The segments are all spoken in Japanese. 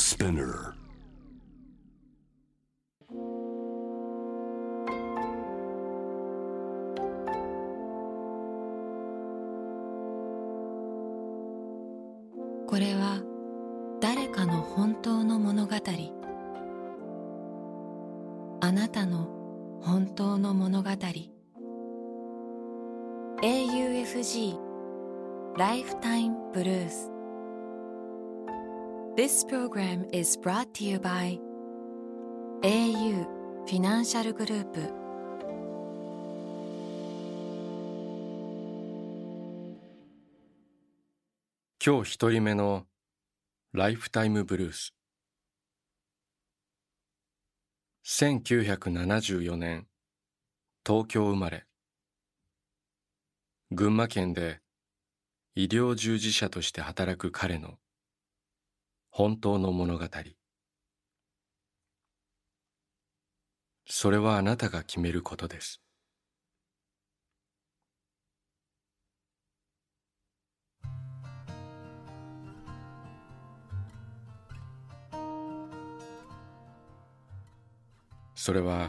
Spinner. これは誰かの本当の物語。あなたの本当の物語。AUFG Lifetime Blues. This program is brought to you by au フィナンシャルグループ。 今日一人目のライフタイムブルース。1974年、東京生まれ。群馬県で医療従事者として働く彼の本当の物語。それはあなたが決めることです。それは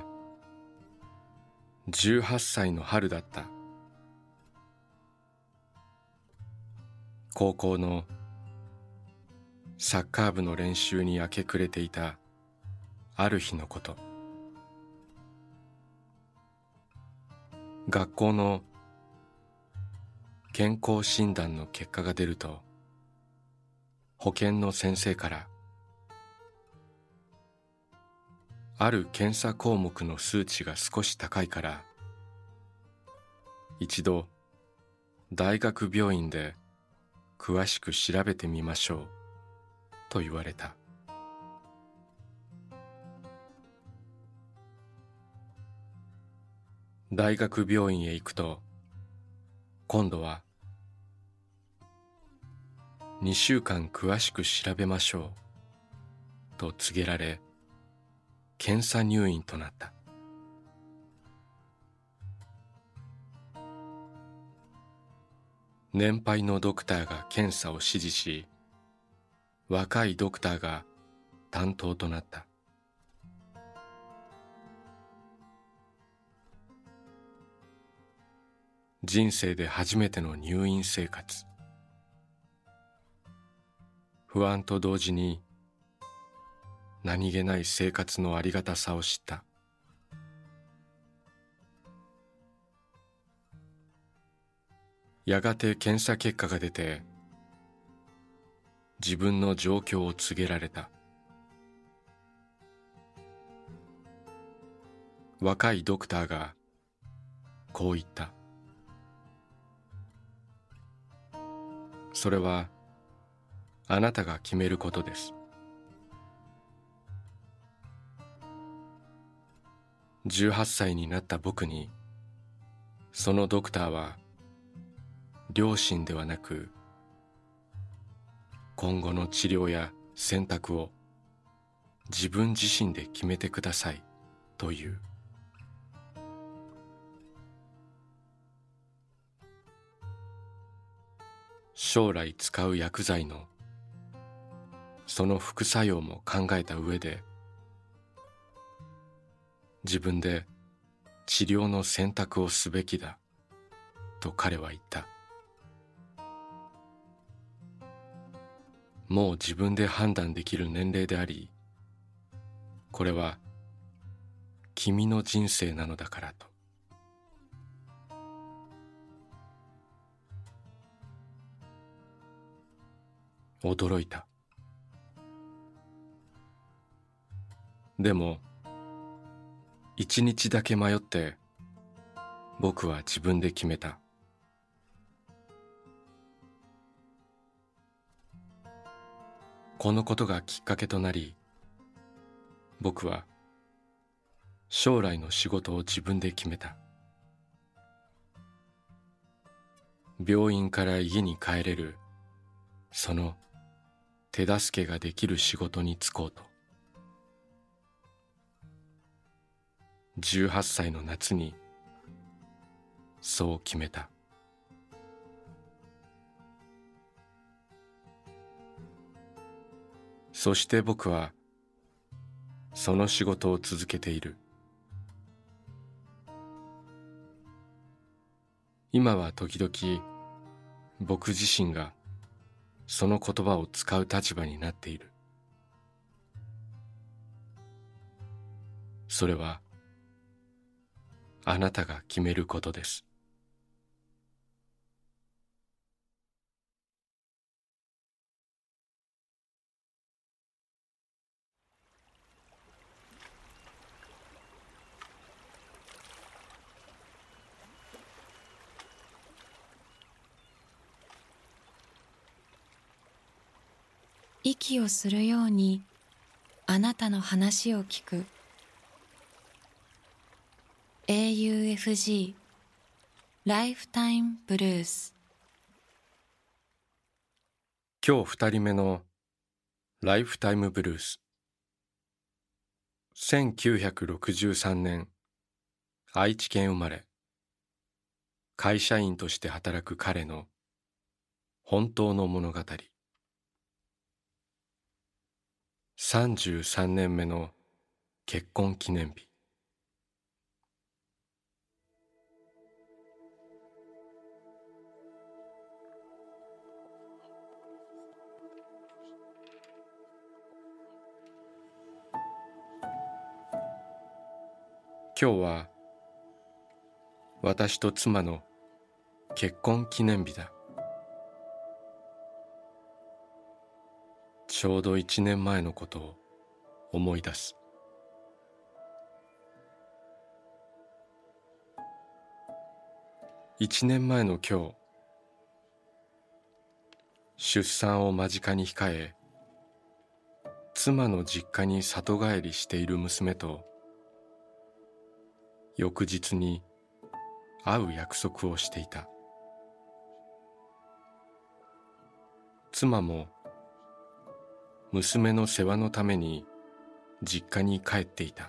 18歳の春だった。高校のサッカー部の練習に明け暮れていたある日のこと。学校の健康診断の結果が出ると、保健の先生からある検査項目の数値が少し高いから一度大学病院で詳しく調べてみましょうと言われた。大学病院へ行くと、今度は2週間詳しく調べましょうと告げられ、検査入院となった。年配のドクターが検査を指示し、若いドクターが担当となった。人生で初めての入院生活。不安と同時に何気ない生活のありがたさを知った。やがて検査結果が出て、自分の状況を告げられた。若いドクターがこう言った。それはあなたが決めることです。18歳になった僕に、そのドクターは両親ではなく、今後の治療や選択を自分自身で決めてくださいという。将来使う薬剤のその副作用も考えた上で、自分で治療の選択をすべきだと彼は言った。もう自分で判断できる年齢であり、これは君の人生なのだからと。驚いた。でも一日だけ迷って僕は自分で決めた。このことがきっかけとなり、僕は将来の仕事を自分で決めた。病院から家に帰れるその手助けができる仕事に就こうと。18歳の夏にそう決めた。 そして僕はその仕事を続けている。今は時々僕自身がその言葉を使う立場になっている。それはあなたが決めることです。 息をするようにあなたの話を聞く。 AUFG ライフタイムブルース。 今日二人目のライフタイムブルース。1963年愛知県生まれ、会社員として働く彼の本当の物語。33年目の結婚記念日。今日は私と妻の結婚記念日だ。ちょうど1年前のことを思い出す。1年前の今日、出産を間近に控え、妻の実家に里帰りしている娘と翌日に会う約束をしていた。妻も娘の世話のために実家に帰っていた。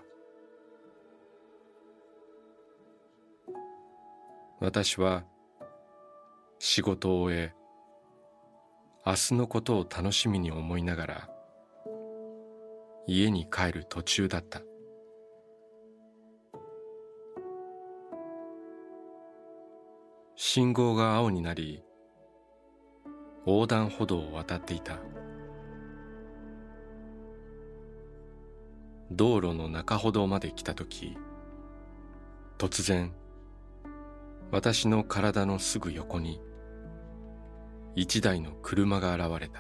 私は仕事を終え、明日のことを楽しみに思いながら家に帰る途中だった。信号が青になり、横断歩道を渡っていた。道路の中ほどまで来たとき、突然私の体のすぐ横に一台の車が現れた。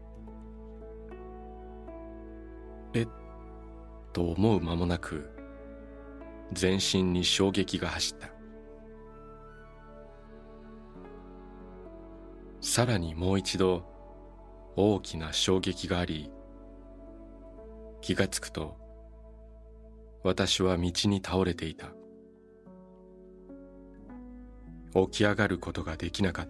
と思う間もなく全身に衝撃が走った。さらにもう一度大きな衝撃があり、気がつくと私は道に倒れていた。起き上がることができなかった。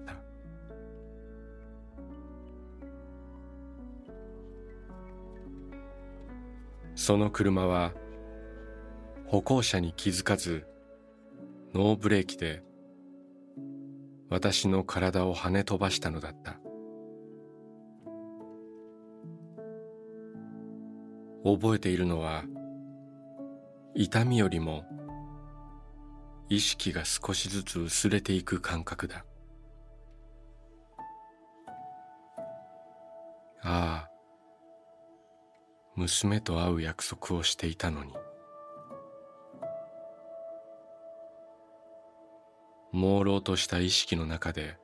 その車は歩行者に気づかずノーブレーキで私の体を跳ね飛ばしたのだった。覚えているのは痛みよりも意識が少しずつ薄れていく感覚だ。ああ、娘と会う約束をしていたのに。朦朧とした意識の中で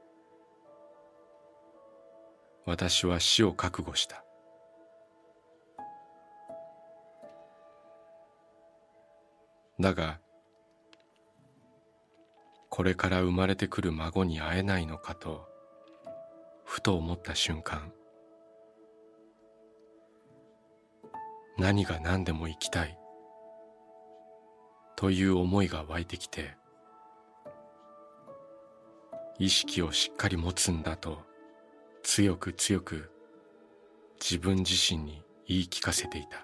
私は死を覚悟した。だがこれから生まれてくる孫に会えないのかとふと思った瞬間、何が何でも生きたいという思いが湧いてきて、意識をしっかり持つんだと強く強く自分自身に言い聞かせていた。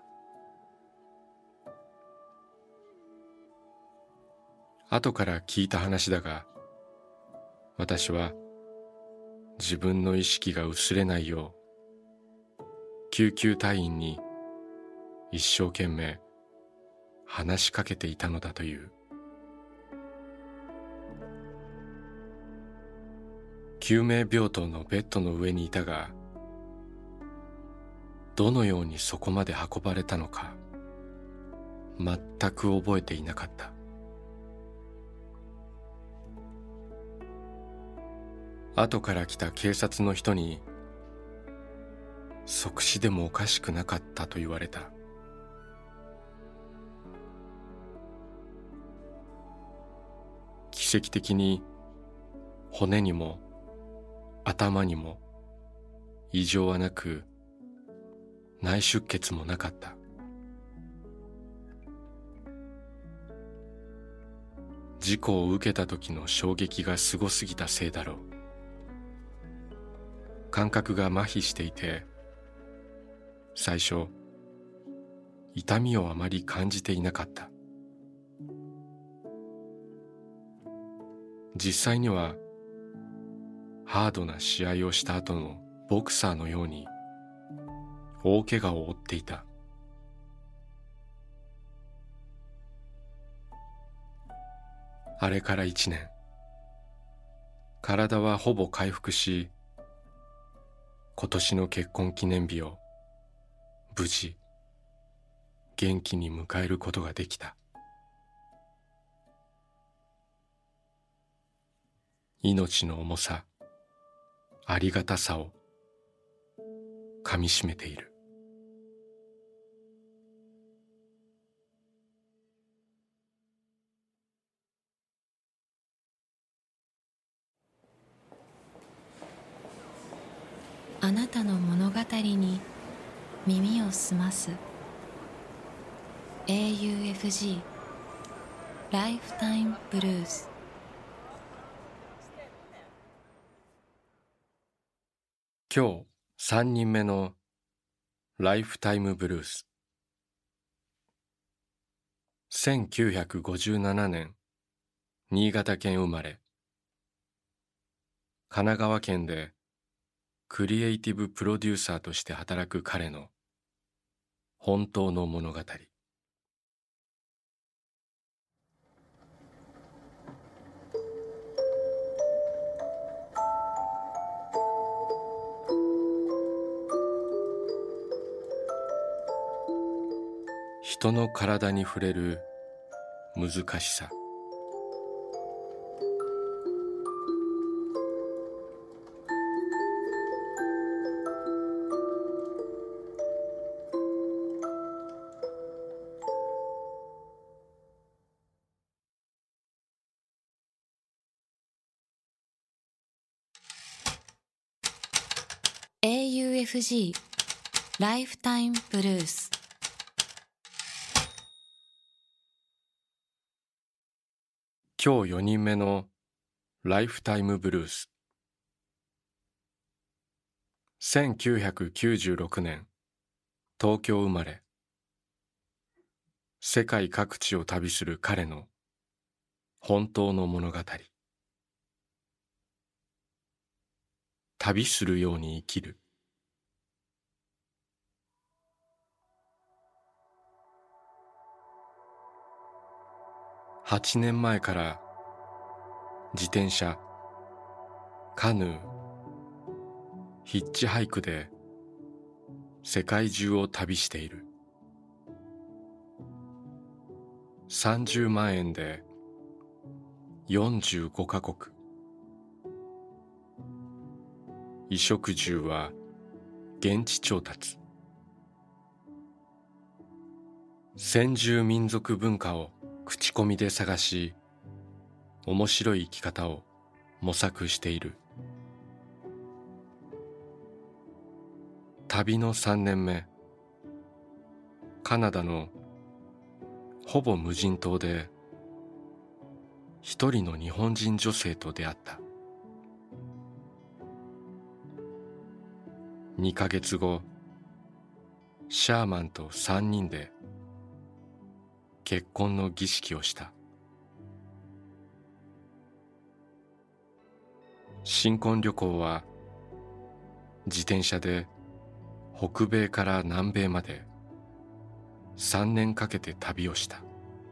後から聞いた話だが、私は自分の意識が薄れないよう救急隊員に一生懸命話しかけていたのだという。救命病棟のベッドの上にいたが、どのようにそこまで運ばれたのか全く覚えていなかった。後から来た警察の人に即死でもおかしくなかったと言われた。奇跡的に骨にも頭にも異常はなく、内出血もなかった。事故を受けた時の衝撃がすごすぎたせいだろう。感覚が麻痺していて、最初痛みをあまり感じていなかった。実際にはハードな試合をした後のボクサーのように大怪我を負っていた。あれから1年、体はほぼ回復し、今年の結婚記念日を無事元気に迎えることができた。命の重さ、ありがたさをかみしめている。 あなたの物語に耳を澄ます AUFG ライフタイムブルース。 今日3人目のライフタイムブルース。1957年新潟県生まれ、神奈川県でクリエイティブプロデューサーとして働く彼の本当の物語。人の体に触れる難しさ。 AUFG ライフタイムブルース。 今日4人目のライフタイムブルース。1996年東京生まれ、世界各地を旅する彼の本当の物語。旅するように生きる。8年前から自転車、カヌー、ヒッチハイクで世界中を旅している。30万円で45カ国。衣食住は現地調達。先住民族文化を口コミで探し、面白い生き方を模索している。旅の3年目、カナダのほぼ無人島で一人の日本人女性と出会った。2ヶ月後、シャーマンと3人で結婚の儀式をした。新婚旅行は自転車で北米から南米まで3年かけて旅をした。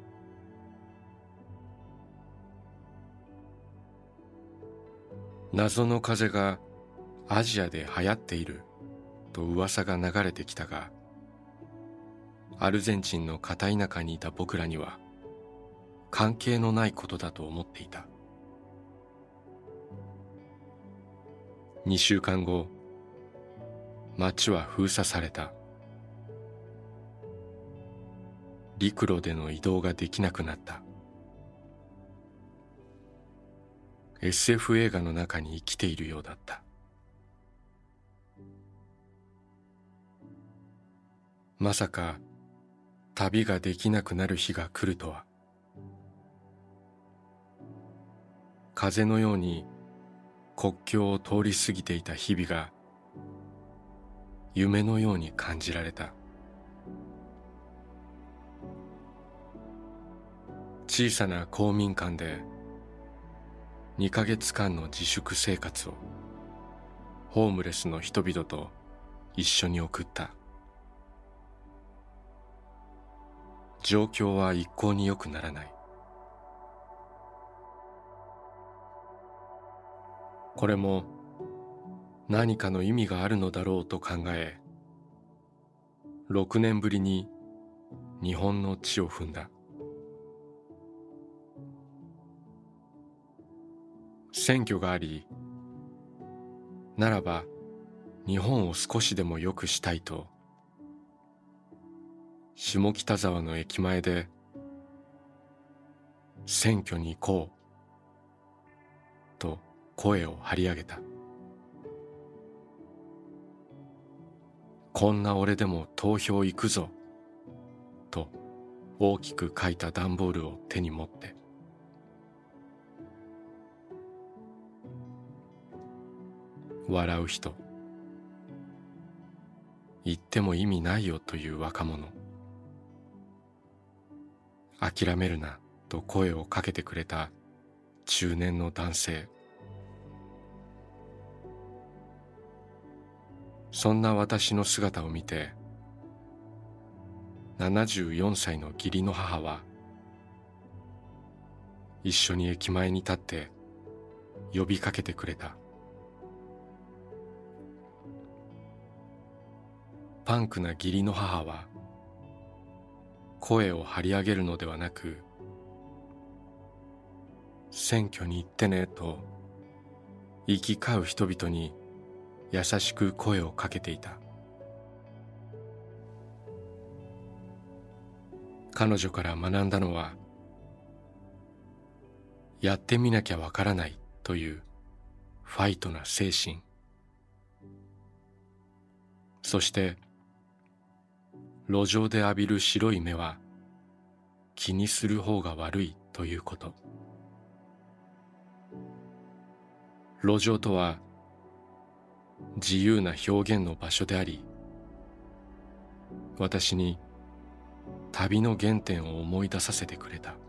謎の風邪がアジアで流行っていると噂が流れてきたが、アルゼンチンの片田舎にいた僕らには関係のないことだと思っていた。2週間後、街は封鎖された。陸路での移動ができなくなった。SF 映画の中に生きているようだった。まさか旅ができなくなる日が来るとは。風のように国境を通り過ぎていた日々が夢のように感じられた。小さな公民館で2ヶ月間の自粛生活をホームレスの人々と一緒に送った。状況は一向に良くならない。これも何かの意味があるのだろうと考え、6年ぶりに日本の地を踏んだ。選挙があり、ならば日本を少しでも良くしたいと、下北沢の駅前で選挙に行こうと声を張り上げた。こんな俺でも投票行くぞと大きく書いた段ボールを手に持って、笑う人、言っても意味ないよという若者、諦めるなと声をかけてくれた中年の男性。そんな私の姿を見て、74歳の義理の母は一緒に駅前に立って呼びかけてくれた。パンクな義理の母は声を張り上げるのではなく、選挙に行ってねと行き交う人々に優しく声をかけていた。彼女から学んだのは、やってみなきゃわからないというファイトな精神、そして路上で浴びる白い目は気にする方が悪いということ。路上とは自由な表現の場所であり、私に旅の原点を思い出させてくれた。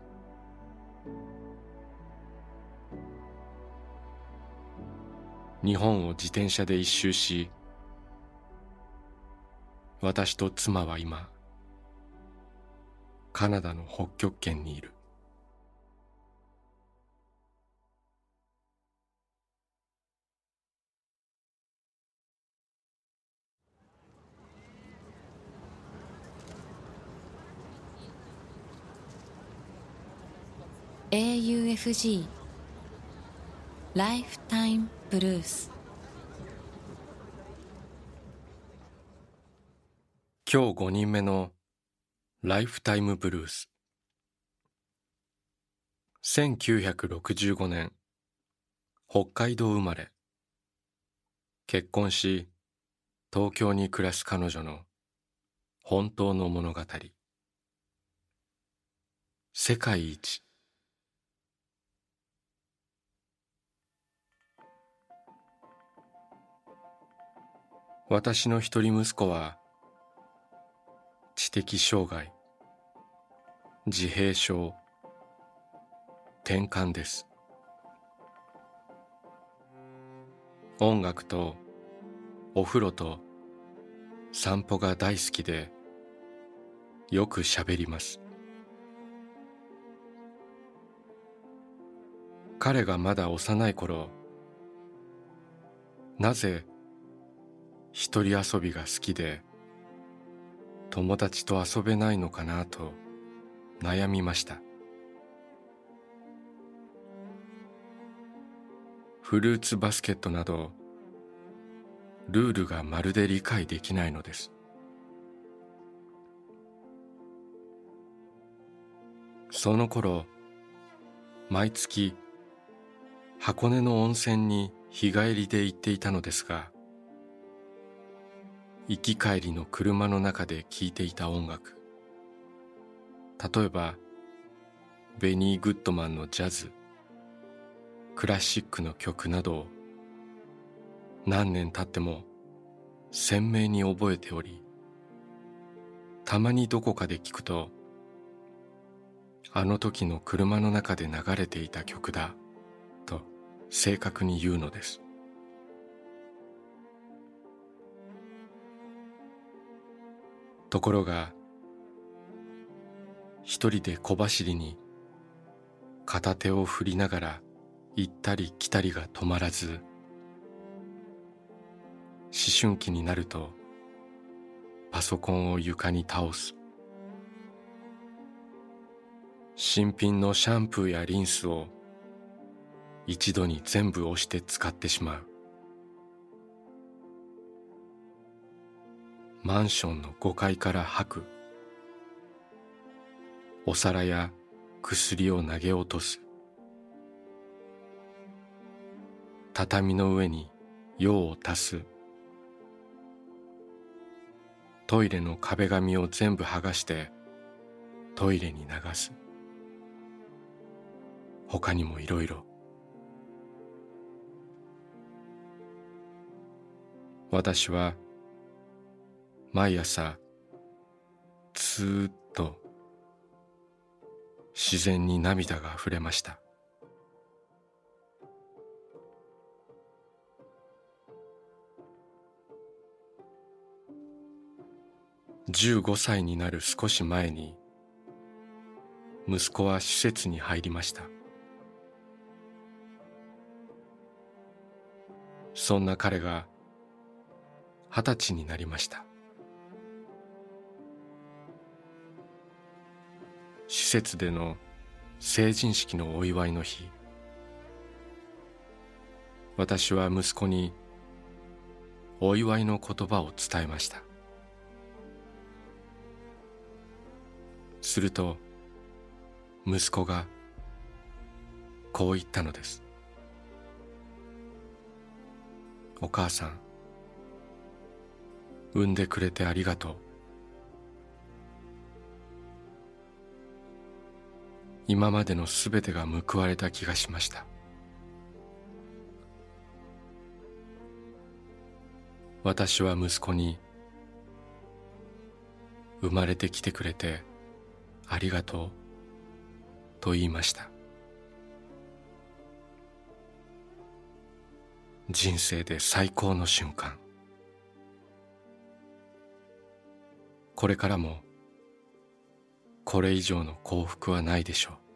日本を自転車で一周し、私と妻は今カナダの北極圏にいる。 AUFG ライフタイムブルース。 今日5人目のライフタイムブルース。1965年、北海道生まれ。結婚し、東京に暮らす彼女の本当の物語。世界一。私の一人息子は知的障害、自閉症、転換です。音楽とお風呂と散歩が大好きでよくしゃべります。彼がまだ幼い頃、なぜ一人遊びが好きで友達と遊べないのかなと悩みました。フルーツバスケットなどルールがまるで理解できないのです。その頃、毎月箱根の温泉に日帰りで行っていたのですが、行き帰りの車の中で聴いていた音楽、例えばベニー・グッドマンのジャズ、クラシックの曲などを何年経っても鮮明に覚えており、たまにどこかで聞くと、あの時の車の中で流れていた曲だと正確に言うのです。ところが、一人で小走りに片手を振りながら行ったり来たりが止まらず、思春期になるとパソコンを床に倒す。新品のシャンプーやリンスを一度に全部押して使ってしまう。マンションの5階から吐く。お皿や薬を投げ落とす。畳の上に用を足す。トイレの壁紙を全部剥がしてトイレに流す。他にもいろいろ。私は毎朝ずーっと自然に涙があふれました。15歳になる少し前に息子は施設に入りました。そんな彼が20歳になりました。施設での成人式のお祝いの日、私は息子にお祝いの言葉を伝えました。すると息子がこう言ったのです。お母さん、産んでくれてありがとう。今までのすべてが報われた気がしました。私は息子に、生まれてきてくれてありがとうと言いました。人生で最高の瞬間。これからもこれ以上の幸福はないでしょう。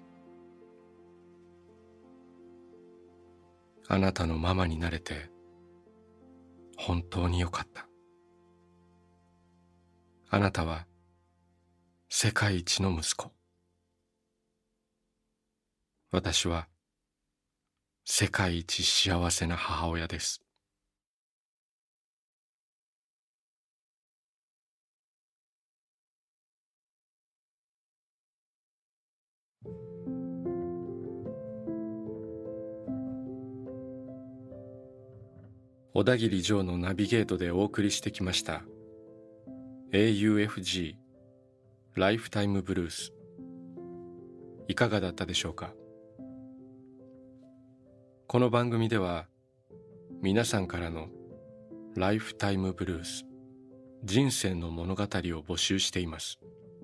あなたのママになれて本当によかった。あなたは世界一の息子。私は世界一幸せな母親です。小田切丈のナビゲートでお送りしてきました AUFG ライフタイムブルース、いかがだったでしょうか。この番組では皆さんからのライフタイムブルース、人生の物語を募集しています。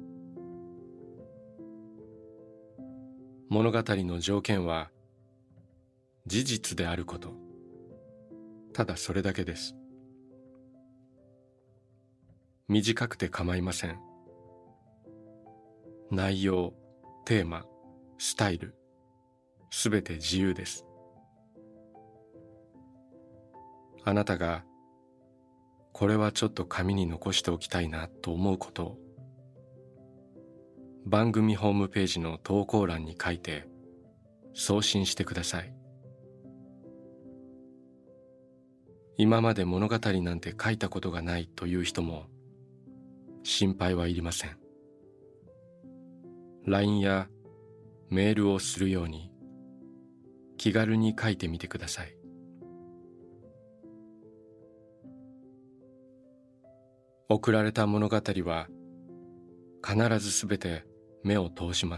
物語の条件は事実であること、ただそれだけです。 短くて構いません。内容、テーマ、スタイル、すべて自由です。あなたがこれはちょっと紙に残しておきたいなと思うことを番組ホームページの投稿欄に書いて送信してください。今まで物語なんて書いたことがないという人も心配はいりません。LINE やメールをするように気軽に書いてみてください。送られた物語は必ずすべて目を通します。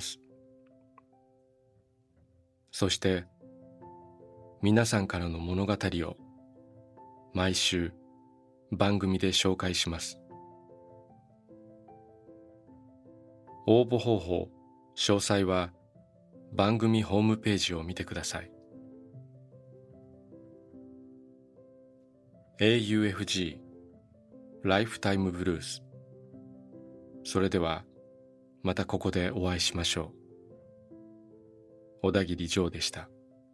そして皆さんからの物語を毎週番組で紹介します。応募方法、詳細は番組ホームページを見てください。AUFG ライフタイムブルース。それではまたここでお会いしましょう。小田切丈でした。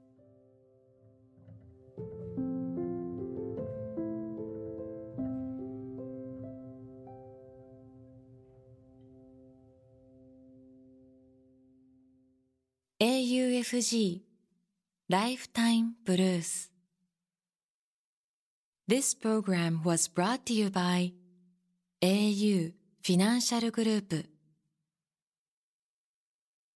AUFG Lifetime Blues. This program was brought to you by au Financial Group.